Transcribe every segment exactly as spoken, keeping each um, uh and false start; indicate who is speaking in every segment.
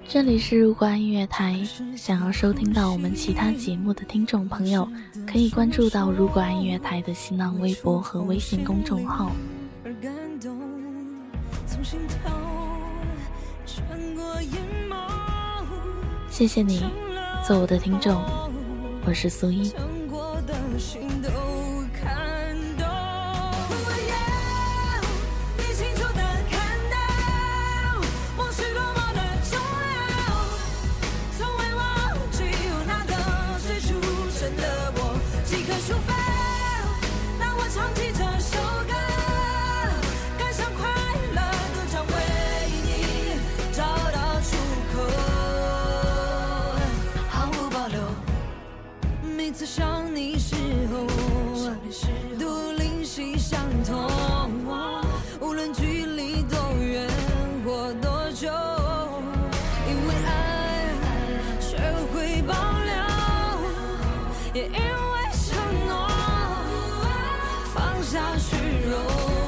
Speaker 1: 这里是如果爱音乐台，想要收听到我们其他节目的听众朋友，可以关注到如果爱音乐台的新浪微博和微信公众号。谢谢你做我的听众，我是苏一。
Speaker 2: 每次想你时候，都灵犀相通，无论距离多远或多久，因为爱学会保留，也因为承诺放下虚荣。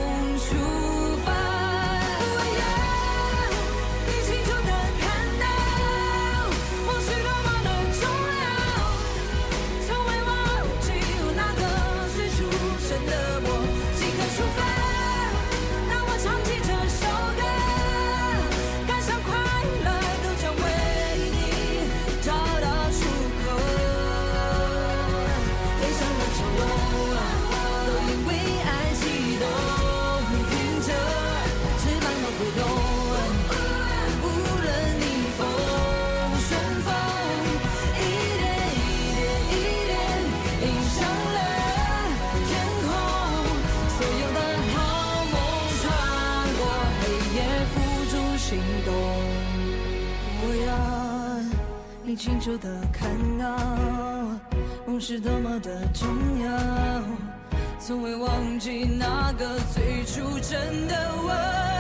Speaker 2: 你清楚地看到梦是多么的重要，从未忘记那个最初真的我。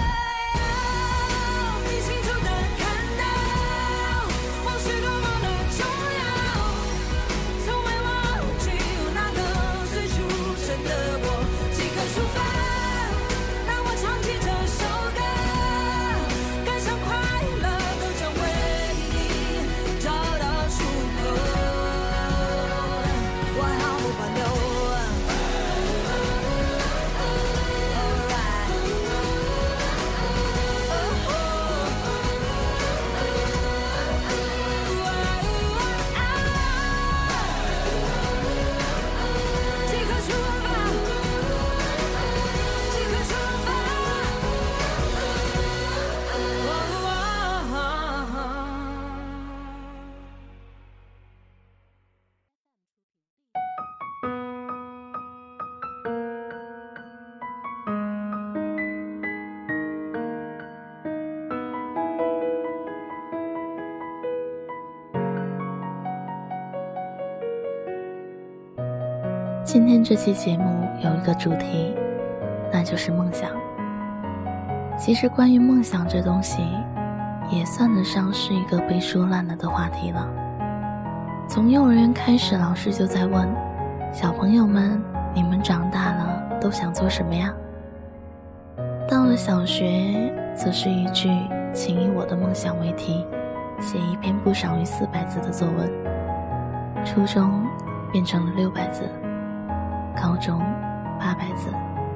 Speaker 1: 今天这期节目有一个主题，那就是梦想。其实关于梦想这东西，也算得上是一个被说烂了的话题了。从幼儿园开始，老师就在问小朋友们，你们长大了都想做什么呀？到了小学，则是一句请以我的梦想为题，写一篇不少于四百字的作文。初中变成了六百字，高中八百字。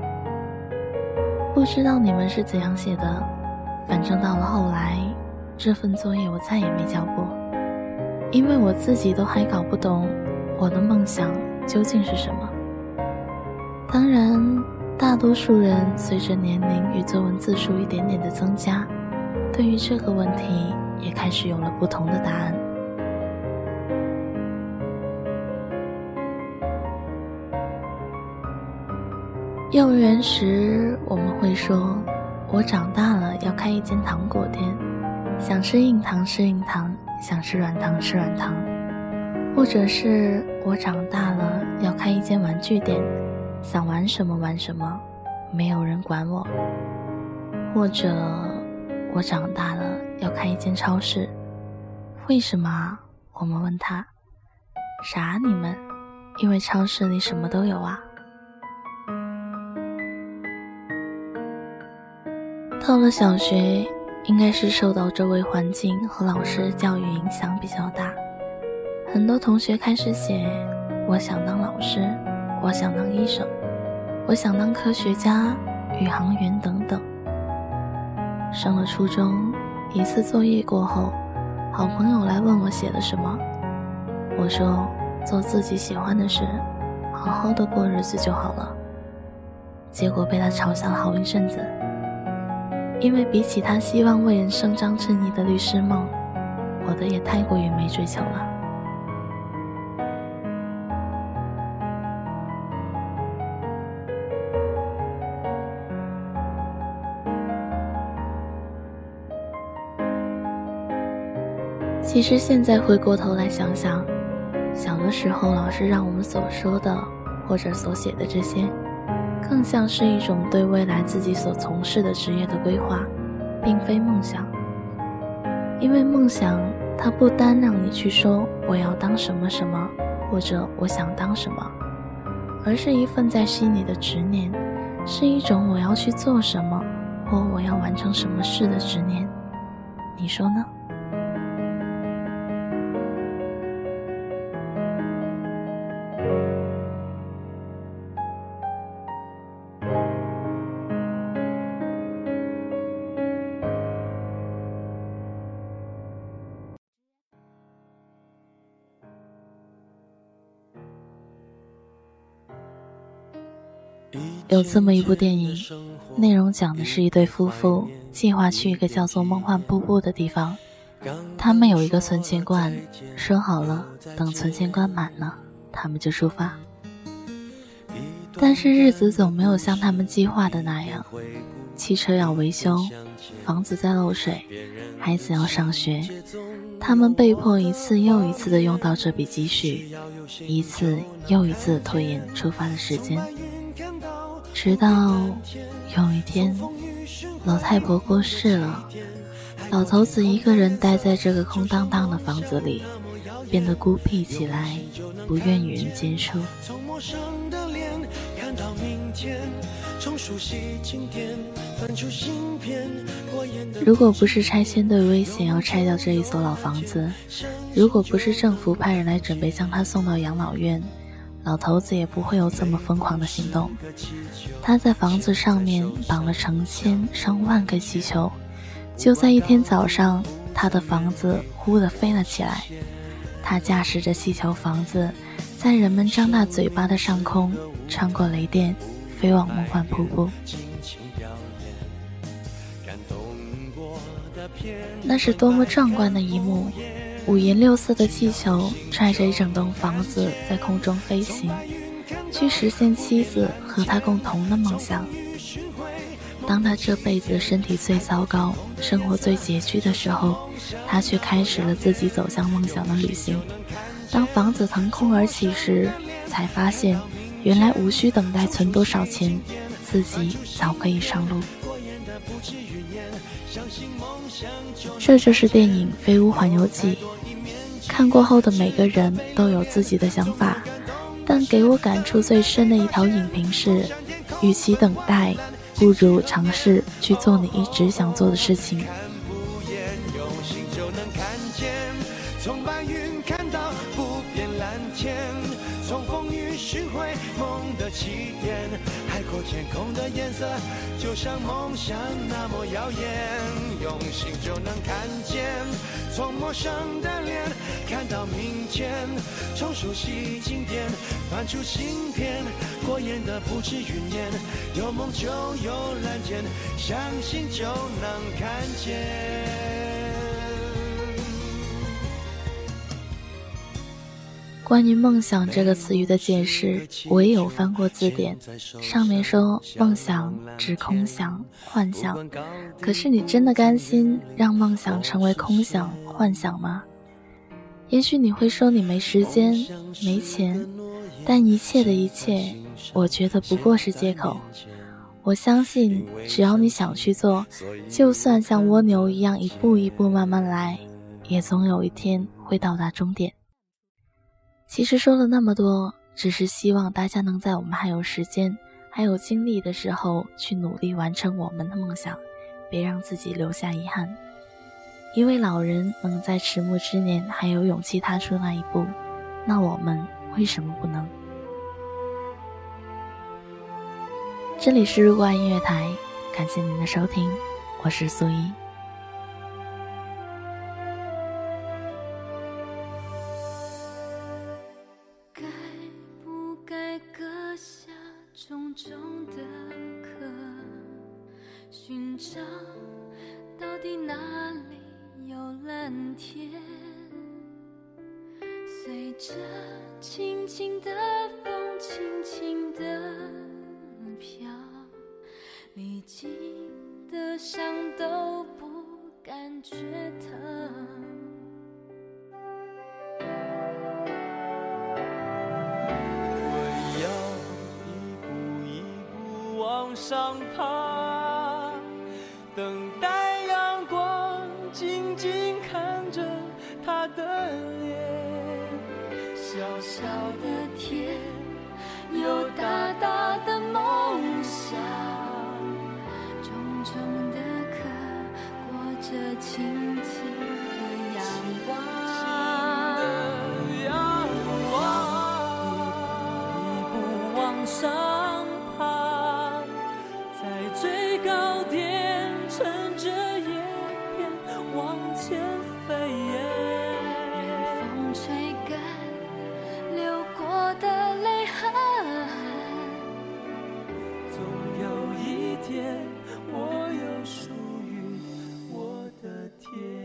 Speaker 1: 不知道你们是怎样写的，反正到了后来，这份作业我再也没交过，因为我自己都还搞不懂我的梦想究竟是什么。当然，大多数人随着年龄与作文字数一点点的增加，对于这个问题也开始有了不同的答案。幼儿园时，我们会说我长大了要开一间糖果店，想吃硬糖吃硬糖，想吃软糖吃软糖。或者是我长大了要开一间玩具店，想玩什么玩什么，没有人管我。或者我长大了要开一间超市。为什么啊？我们问他。啥你们？因为超市里什么都有啊。到了小学， 应该是受到周围环境和老师教育影响比较大。很多同学开始写我想当老师，我想当医生，我想当科学家、宇航员等等。上了初中，一次作业过后，好朋友来问我写了什么，我说做自己喜欢的事，好好的过日子就好了。结果被他嘲笑了好一阵子，因为比起他希望为人伸张正义的律师梦，我的也太过于没追求了。其实现在回过头来想想，小的时候老师让我们所说的或者所写的这些，更像是一种对未来自己所从事的职业的规划，并非梦想。因为梦想它不单让你去说我要当什么什么，或者我想当什么，而是一份在心里的执念，是一种我要去做什么或我要完成什么事的执念。你说呢？有这么一部电影，内容讲的是一对夫妇计划去一个叫做梦幻瀑布的地方，他们有一个存钱罐，说好了等存钱罐满了他们就出发。但是日子总没有像他们计划的那样，汽车要维修，房子在漏水，孩子要上学，他们被迫一次又一次地用到这笔积蓄，一次又一次地拖延出发的时间。直到有一天，老太婆过世了，老头子一个人待在这个空荡荡的房子里，变得孤僻起来，不愿与人接触。如果不是拆迁队危险要拆掉这一所老房子，如果不是政府派人来准备将他送到养老院，老头子也不会有这么疯狂的行动。他在房子上面绑了成千上万个气球，就在一天早上，他的房子忽地飞了起来。他驾驶着气球房子，在人们张大嘴巴的上空，穿过雷电，飞往梦幻瀑布。那是多么壮观的一幕，五颜六色的气球拽着一整栋房子在空中飞行，去实现妻子和他共同的梦想。当他这辈子身体最糟糕，生活最拮据的时候，他却开始了自己走向梦想的旅行。当房子腾空而起时，才发现原来无需等待存多少钱，自己早可以上路。这就是电影《飞屋环游记》，看过后的每个人都有自己的想法，但给我感触最深的一条影评是，与其等待，不如尝试去做你一直想做的事情。从白云看到不变蓝天，从风雨寻回梦的起点，海阔天空的颜色就像梦想那么耀眼，用心就能看见，从陌生的脸看到明天，从熟悉经典翻出新篇，过眼的不止云烟，有梦就有蓝天，相信就能看见。关于梦想这个词语的解释，我也有翻过字典，上面说梦想指空想、幻想，可是你真的甘心让梦想成为空想、幻想吗？也许你会说你没时间、没钱，但一切的一切，我觉得不过是借口。我相信只要你想去做，就算像蜗牛一样一步一步慢慢来，也总有一天会到达终点。其实说了那么多，只是希望大家能在我们还有时间还有精力的时候去努力完成我们的梦想， 别让自己留下遗憾。一位老人能在迟暮之年还有勇气踏出那一步，那我们为什么不能？这里是入挂音乐台，感谢您的收听，我是苏一。
Speaker 2: 该不该割下重重的壳，寻找到底哪里有蓝天，随着轻轻的风轻轻的飘，历经的伤都不感觉疼。
Speaker 3: 我要一步一步往上爬，等待阳光，静静看着他的脸。
Speaker 2: 小小的天，有大大的梦想，重重的壳，裹着轻轻的阳光。
Speaker 3: 一步往上爬，在最高点乘着叶片往前飞。
Speaker 2: 任风吹干流过的泪痕，
Speaker 3: 总有一天我有属于我的天。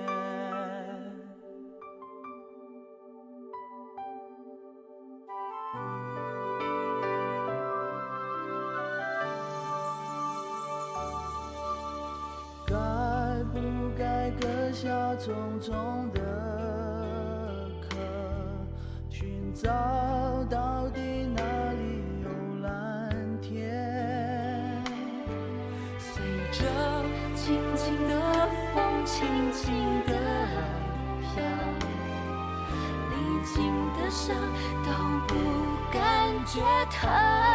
Speaker 3: 该不该割下重重的壳，寻找到底哪里有蓝天？
Speaker 2: 随着轻轻的风，轻轻的飘，历经的伤都不感觉疼。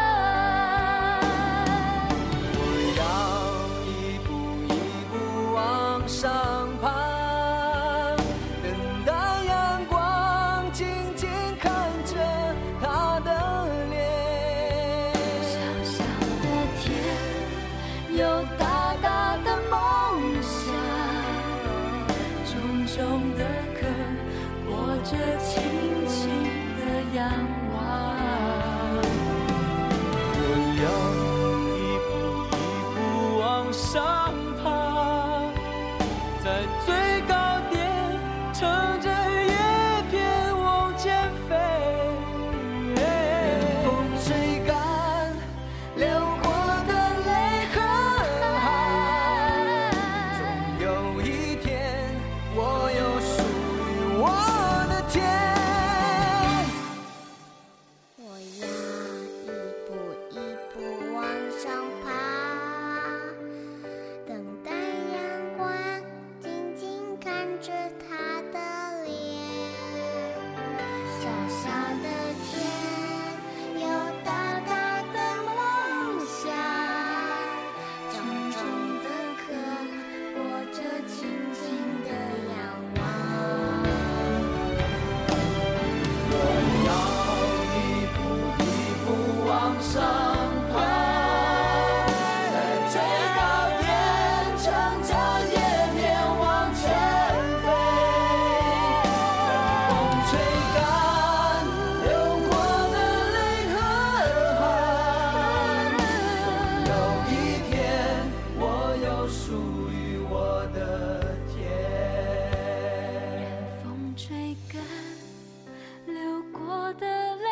Speaker 3: 我要一步一步往上爬，等待阳光，静静看着他的脸。
Speaker 2: 小小的天，有大大的梦想，重重的壳，裹着轻轻的阳光。
Speaker 3: 我要一步一步往上爬，在最高点乘着叶片往前飞。风吹干流过的泪和汗，总有一天我有属于我的天。
Speaker 4: 我要一步一步往上爬，等待阳光，静静看着他的脸。小小的天，有大大的梦想，重重的壳，裹着轻轻的阳光。
Speaker 3: 我要一步一步往上爬，在最高点乘着叶片往前飞。让风吹干流过的泪和汗，总有一天我有属于我的天。
Speaker 2: 风吹干流过的泪